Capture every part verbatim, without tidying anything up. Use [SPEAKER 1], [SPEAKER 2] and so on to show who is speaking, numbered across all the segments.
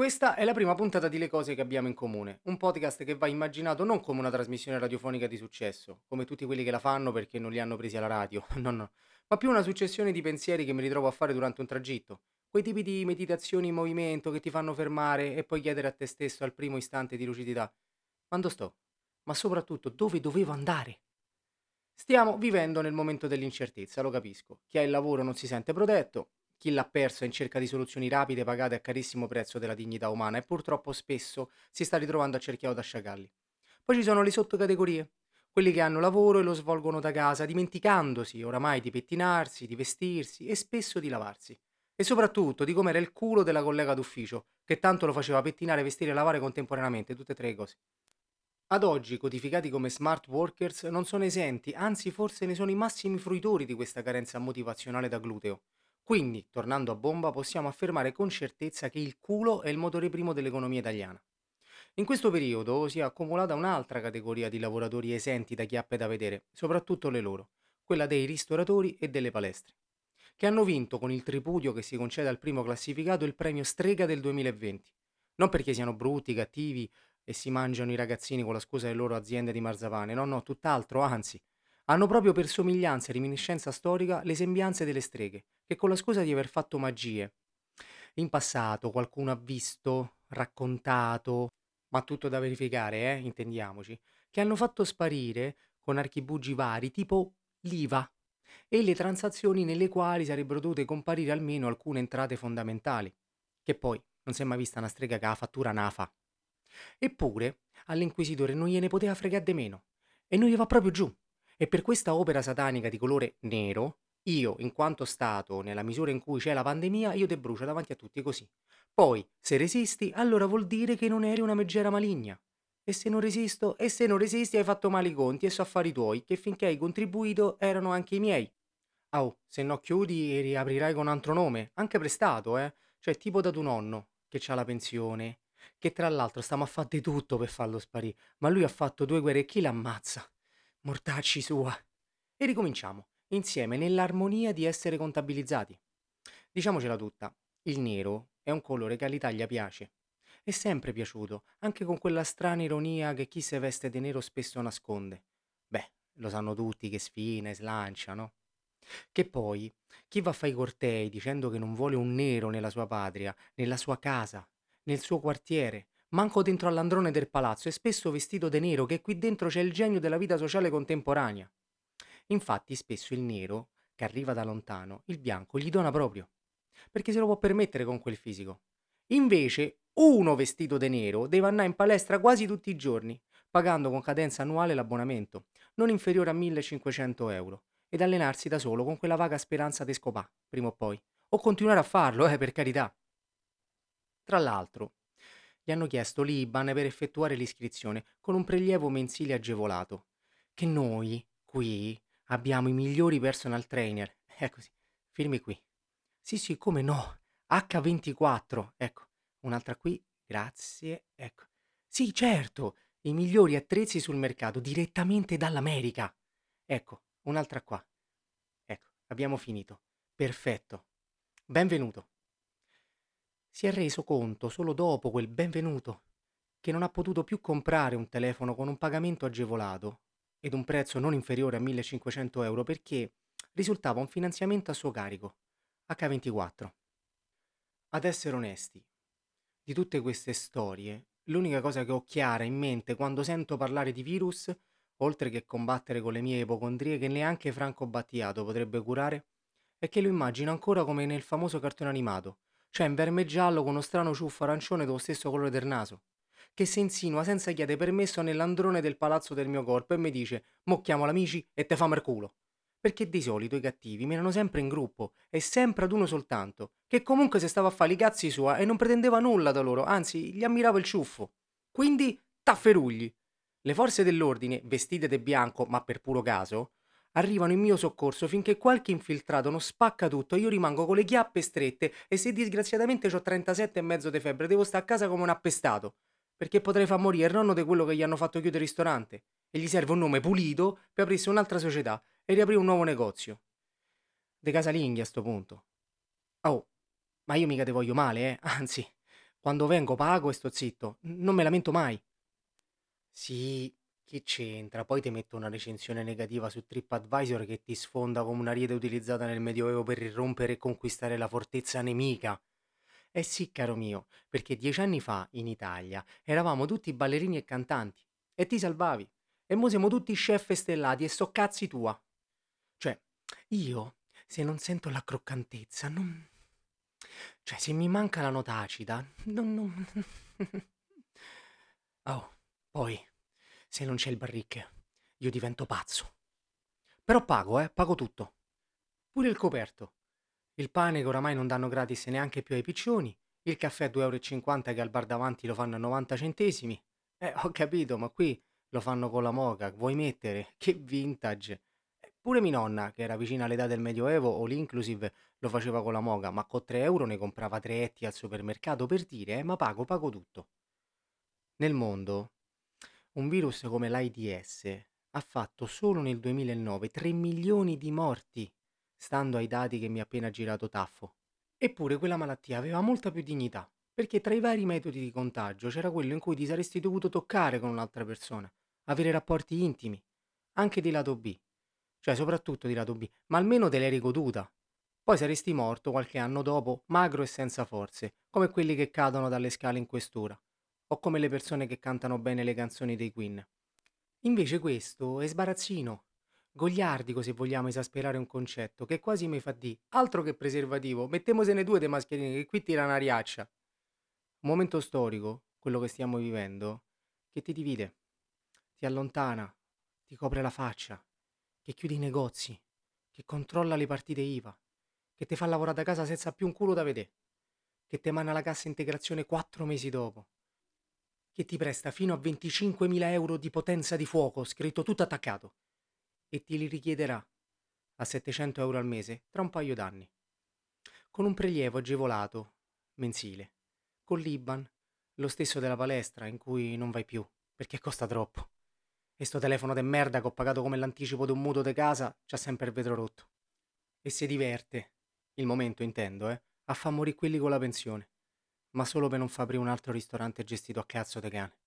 [SPEAKER 1] Questa è la prima puntata di Le cose che abbiamo in comune, un podcast che va immaginato non come una trasmissione radiofonica di successo, come tutti quelli che la fanno perché non li hanno presi alla radio, no no, ma più una successione di pensieri che mi ritrovo a fare durante un tragitto, quei tipi di meditazioni in movimento che ti fanno fermare e poi chiedere a te stesso al primo istante di lucidità, quando sto? Ma soprattutto dove dovevo andare? Stiamo vivendo nel momento dell'incertezza, lo capisco. Chi ha il lavoro non si sente protetto, chi l'ha perso è in cerca di soluzioni rapide pagate a carissimo prezzo della dignità umana e purtroppo spesso si sta ritrovando accerchiato da sciacalli. Poi ci sono le sottocategorie, quelli che hanno lavoro e lo svolgono da casa, dimenticandosi oramai di pettinarsi, di vestirsi e spesso di lavarsi. E soprattutto di com'era il culo della collega d'ufficio, che tanto lo faceva pettinare, vestire e lavare contemporaneamente, tutte e tre le cose. Ad oggi, codificati come smart workers, non sono esenti, anzi forse ne sono i massimi fruitori di questa carenza motivazionale da gluteo. Quindi, tornando a bomba, possiamo affermare con certezza che il culo è il motore primo dell'economia italiana. In questo periodo si è accumulata un'altra categoria di lavoratori esenti da chiappe da vedere, soprattutto le loro, quella dei ristoratori e delle palestre, che hanno vinto con il tripudio che si concede al primo classificato il premio Strega del duemilaventi. Non perché siano brutti, cattivi e si mangiano i ragazzini con la scusa delle loro aziende di marzapane, no, no, tutt'altro, anzi, hanno proprio per somiglianza e reminiscenza storica le sembianze delle streghe, che con la scusa di aver fatto magie in passato qualcuno ha visto, raccontato, ma tutto da verificare, eh, intendiamoci, che hanno fatto sparire, con archibugi vari, tipo l'I V A e le transazioni nelle quali sarebbero dovute comparire almeno alcune entrate fondamentali, che poi non si è mai vista una strega che la fattura nafa. Eppure, all'inquisitore non gliene poteva fregare di meno, e non gli va proprio giù. E per questa opera satanica di colore nero, io, in quanto Stato, nella misura in cui c'è la pandemia, io te brucio davanti a tutti così. Poi, se resisti, allora vuol dire che non eri una meggera maligna. E se non resisto? E se non resisti hai fatto male i conti e so affari tuoi, che finché hai contribuito erano anche i miei. Oh, se no chiudi e riaprirai con altro nome, anche prestato, eh? Cioè tipo da tuo nonno, che c'ha la pensione, che tra l'altro stiamo a fare di tutto per farlo sparire, ma lui ha fatto due guerre e chi l'ammazza? Mortacci sua. E ricominciamo, insieme, nell'armonia di essere contabilizzati. Diciamocela tutta, il nero è un colore che all'Italia piace. È sempre piaciuto, anche con quella strana ironia che chi se veste di nero spesso nasconde. Beh, lo sanno tutti che sfina e slancia, no? Che poi, chi va a fare i cortei dicendo che non vuole un nero nella sua patria, nella sua casa, nel suo quartiere, manco dentro all'androne del palazzo, è spesso vestito di nero, che qui dentro c'è il genio della vita sociale contemporanea. Infatti, spesso il nero, che arriva da lontano, il bianco gli dona proprio, perché se lo può permettere con quel fisico. Invece, uno vestito di nero deve andare in palestra quasi tutti i giorni, pagando con cadenza annuale l'abbonamento, non inferiore a millecinquecento euro, ed allenarsi da solo con quella vaga speranza di scopà, prima o poi. O continuare a farlo, eh, per carità. Tra l'altro, gli hanno chiesto l'I B A N per effettuare l'iscrizione con un prelievo mensile agevolato, che noi, qui, abbiamo i migliori personal trainer. È così. Firmi qui. Sì, sì, come no. acca ventiquattro. Ecco, un'altra qui. Grazie. Ecco. Sì, certo, i migliori attrezzi sul mercato direttamente dall'America. Ecco, un'altra qua. Ecco, abbiamo finito. Perfetto. Benvenuto. Si è reso conto solo dopo quel benvenuto che non ha potuto più comprare un telefono con un pagamento agevolato ed un prezzo non inferiore a millecinquecento euro perché risultava un finanziamento a suo carico, acca ventiquattro. Ad essere onesti, di tutte queste storie, l'unica cosa che ho chiara in mente quando sento parlare di virus, oltre che combattere con le mie ipocondrie che neanche Franco Battiato potrebbe curare, è che lo immagino ancora come nel famoso cartone animato, cioè in verme giallo con uno strano ciuffo arancione dello stesso colore del naso, che si insinua senza chiedere permesso nell'androne del palazzo del mio corpo e mi dice «Mo chiamo l'amici e te fa il culo». Perché di solito i cattivi menano sempre in gruppo e sempre ad uno soltanto, che comunque se stava a fare i cazzi sua e non pretendeva nulla da loro, anzi gli ammirava il ciuffo. Quindi tafferugli. Le forze dell'ordine, vestite di bianco ma per puro caso, arrivano in mio soccorso finché qualche infiltrato non spacca tutto e io rimango con le chiappe strette e se disgraziatamente ho trentasette e mezzo di febbre devo stare a casa come un appestato, perché potrei far morire il nonno di quello che gli hanno fatto chiudere il ristorante e gli serve un nome pulito per aprirsi un'altra società e riaprire un nuovo negozio. De casalinghi a sto punto. Oh, ma io mica te voglio male, eh? Anzi, Quando vengo pago e sto zitto, n- non me lamento mai. Sì, che c'entra? Poi ti metto una recensione negativa su TripAdvisor che ti sfonda come una riete utilizzata nel Medioevo per irrompere e conquistare la fortezza nemica. Eh sì, caro mio, perché dieci anni fa in Italia eravamo tutti ballerini e cantanti e ti salvavi. E mo siamo tutti chef e stellati e sto cazzi tua. Cioè, io, se non sento la croccantezza, non... Cioè, se mi manca la notacida, non... non... Oh, poi, se non c'è il barrique, io divento pazzo. Però pago, eh, pago tutto. Pure il coperto. Il pane che oramai non danno gratis neanche più ai piccioni. Il caffè a due euro e cinquanta che al bar davanti lo fanno a novanta centesimi. Eh, ho capito, ma qui lo fanno con la moca. Vuoi mettere? Che vintage. Eh, Pure mia nonna, che era vicina all'età del Medioevo, o l'inclusive lo faceva con la moca, ma con tre euro ne comprava tre etti al supermercato per dire, eh, ma pago, pago tutto. Nel mondo, un virus come l'AIDS ha fatto solo nel duemilanove tre milioni di morti, stando ai dati che mi ha appena girato Taffo. Eppure quella malattia aveva molta più dignità, perché tra i vari metodi di contagio c'era quello in cui ti saresti dovuto toccare con un'altra persona, avere rapporti intimi, anche di lato B, cioè soprattutto di lato B, ma almeno te l'eri goduta. Poi saresti morto qualche anno dopo, magro e senza forze, come quelli che cadono dalle scale in questura, o come le persone che cantano bene le canzoni dei Queen. Invece questo è sbarazzino, gogliardico se vogliamo esasperare un concetto, che quasi mi fa di altro che preservativo, mettemosene due de mascherine che qui tira una riaccia. Un momento storico, quello che stiamo vivendo, che ti divide, ti allontana, ti copre la faccia, che chiude i negozi, che controlla le partite I V A, che ti fa lavorare da casa senza più un culo da vedere, che ti emana la cassa integrazione quattro mesi dopo, che ti presta fino a venticinquemila euro di potenza di fuoco, scritto tutto attaccato, e ti li richiederà a settecento euro al mese tra un paio d'anni, con un prelievo agevolato mensile, con l'I B A N, lo stesso della palestra in cui non vai più, perché costa troppo. E sto telefono de merda che ho pagato come l'anticipo di un mutuo de casa c'ha sempre il vetro rotto. E si diverte, il momento intendo, eh, a fa morire quelli con la pensione, ma solo per non fa aprire un altro ristorante gestito a cazzo de cane.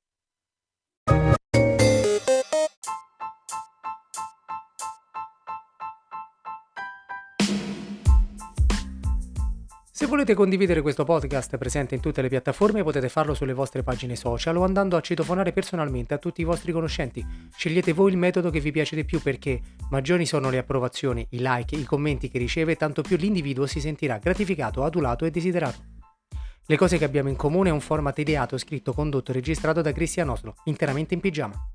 [SPEAKER 1] Se volete condividere questo podcast presente in tutte le piattaforme potete farlo sulle vostre pagine social o andando a citofonare personalmente a tutti i vostri conoscenti. Scegliete voi il metodo che vi piace di più perché maggiori sono le approvazioni, i like, i commenti che riceve, tanto più l'individuo si sentirà gratificato, adulato e desiderato. Le cose che abbiamo in comune è un format ideato, scritto, condotto e registrato da Cristian Oslo, interamente in pigiama.